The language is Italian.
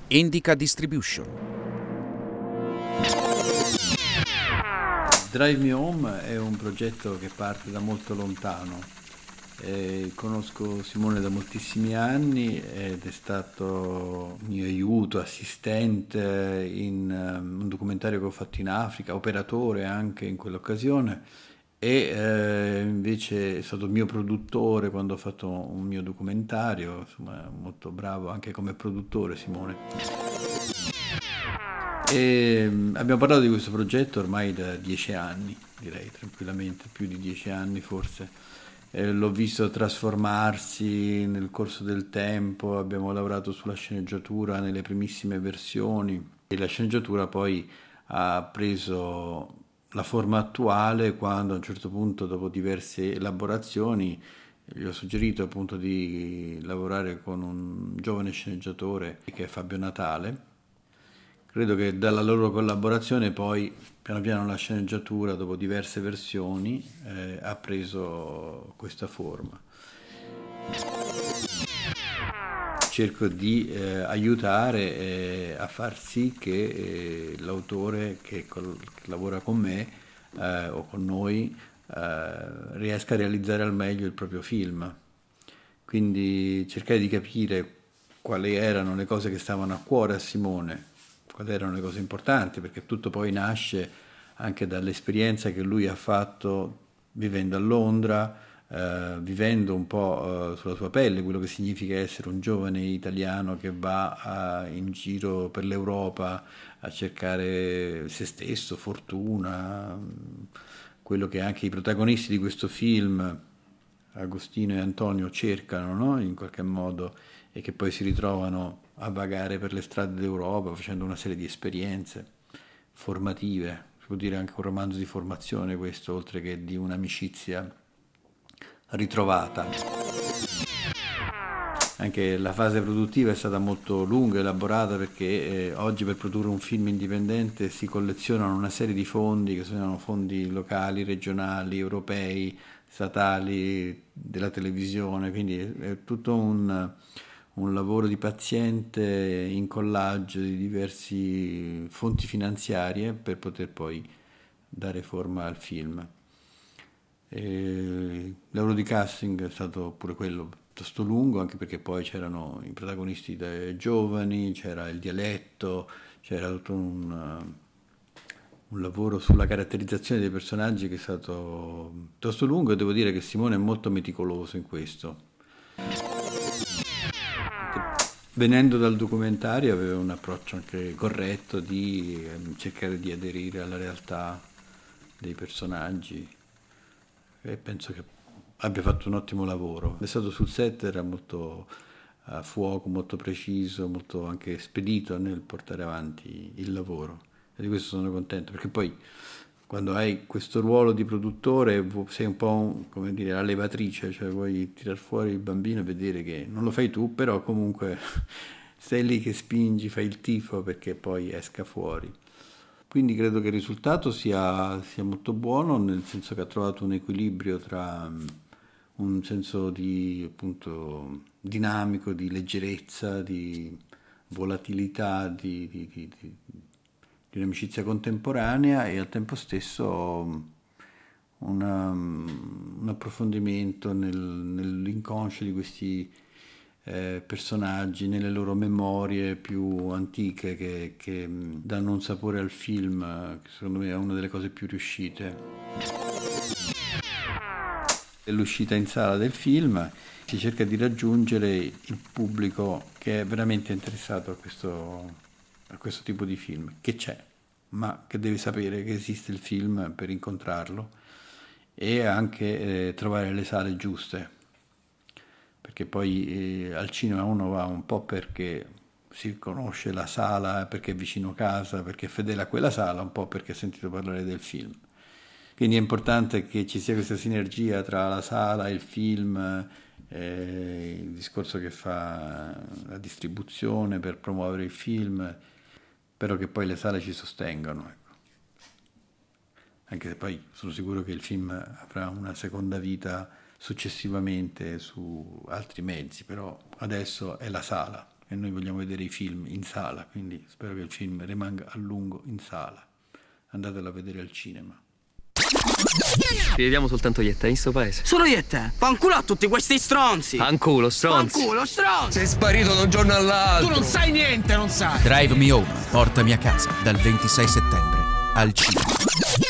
Indica Distribution. Drive Me Home è un progetto che parte da molto lontano. Conosco Simone da moltissimi anni ed è stato mio aiuto, assistente in un documentario che ho fatto in Africa, operatore anche in quell'occasione e invece è stato mio produttore quando ho fatto un mio documentario, insomma è molto bravo anche come produttore Simone. Abbiamo parlato di questo progetto ormai da 10 anni, direi tranquillamente, più di 10 anni forse. L'ho visto trasformarsi nel corso del tempo, abbiamo lavorato sulla sceneggiatura nelle primissime versioni e la sceneggiatura poi ha preso la forma attuale quando a un certo punto, dopo diverse elaborazioni, gli ho suggerito appunto di lavorare con un giovane sceneggiatore che è Fabio Natale. Credo che dalla loro collaborazione poi piano piano la sceneggiatura, dopo diverse versioni, ha preso questa forma. Cerco di aiutare a far sì che l'autore che lavora con me o con noi riesca a realizzare al meglio il proprio film. Quindi cercare di capire quali erano le cose che stavano a cuore a Simone, quali erano le cose importanti, perché tutto poi nasce anche dall'esperienza che lui ha fatto vivendo a Londra, vivendo un po' sulla sua pelle quello che significa essere un giovane italiano che va in giro per l'Europa a cercare se stesso, fortuna, quello che anche i protagonisti di questo film, Agostino e Antonio, cercano, no? In qualche modo, e che poi si ritrovano a vagare per le strade d'Europa facendo una serie di esperienze formative. Si può dire anche un romanzo di formazione questo, oltre che di un'amicizia ritrovata. Anche la fase produttiva è stata molto lunga e elaborata perché oggi per produrre un film indipendente si collezionano una serie di fondi che sono fondi locali, regionali, europei, statali, della televisione, quindi è tutto un lavoro di paziente incollaggio di diverse fonti finanziarie per poter poi dare forma al film. Il lavoro di casting è stato pure quello piuttosto lungo, anche perché poi c'erano i protagonisti giovani, c'era il dialetto, c'era tutto un lavoro sulla caratterizzazione dei personaggi che è stato piuttosto lungo e devo dire che Simone è molto meticoloso in questo. Venendo dal documentario aveva un approccio anche corretto di cercare di aderire alla realtà dei personaggi e penso che abbia fatto un ottimo lavoro. È stato sul set, era molto a fuoco, molto preciso, molto anche spedito nel portare avanti il lavoro e di questo sono contento perché poi quando hai questo ruolo di produttore sei un po' come dire la levatrice, cioè vuoi tirar fuori il bambino e vedere che non lo fai tu, però comunque sei lì che spingi, fai il tifo perché poi esca fuori. Quindi credo che il risultato sia molto buono, nel senso che ha trovato un equilibrio tra un senso di appunto dinamico, di leggerezza, di volatilità, di un'amicizia contemporanea e al tempo stesso un approfondimento nell'inconscio di questi personaggi, nelle loro memorie più antiche che danno un sapore al film, che secondo me è una delle cose più riuscite. Dell'uscita in sala del film si cerca di raggiungere il pubblico che è veramente interessato a questo tipo di film, che c'è, ma che deve sapere che esiste il film per incontrarlo e anche trovare le sale giuste, perché poi al cinema uno va un po' perché si conosce la sala, perché è vicino casa, perché è fedele a quella sala, un po' perché ha sentito parlare del film. Quindi è importante che ci sia questa sinergia tra la sala, il film, il discorso che fa la distribuzione per promuovere il film, però che poi le sale ci sostengano. Ecco. Anche se poi sono sicuro che il film avrà una seconda vita successivamente su altri mezzi, però adesso è la sala e noi vogliamo vedere i film in sala, quindi spero che il film rimanga a lungo in sala. Andatelo a vedere al cinema. Ci vediamo soltanto io e te in sto paese. Solo io e te? Fanculo a tutti questi stronzi! Fanculo, stronzi! Fanculo, stronzi! Sei sparito da un giorno all'altro! Tu non sai niente, non sai! Drive Me Home, portami a casa, dal 26 settembre al cinema.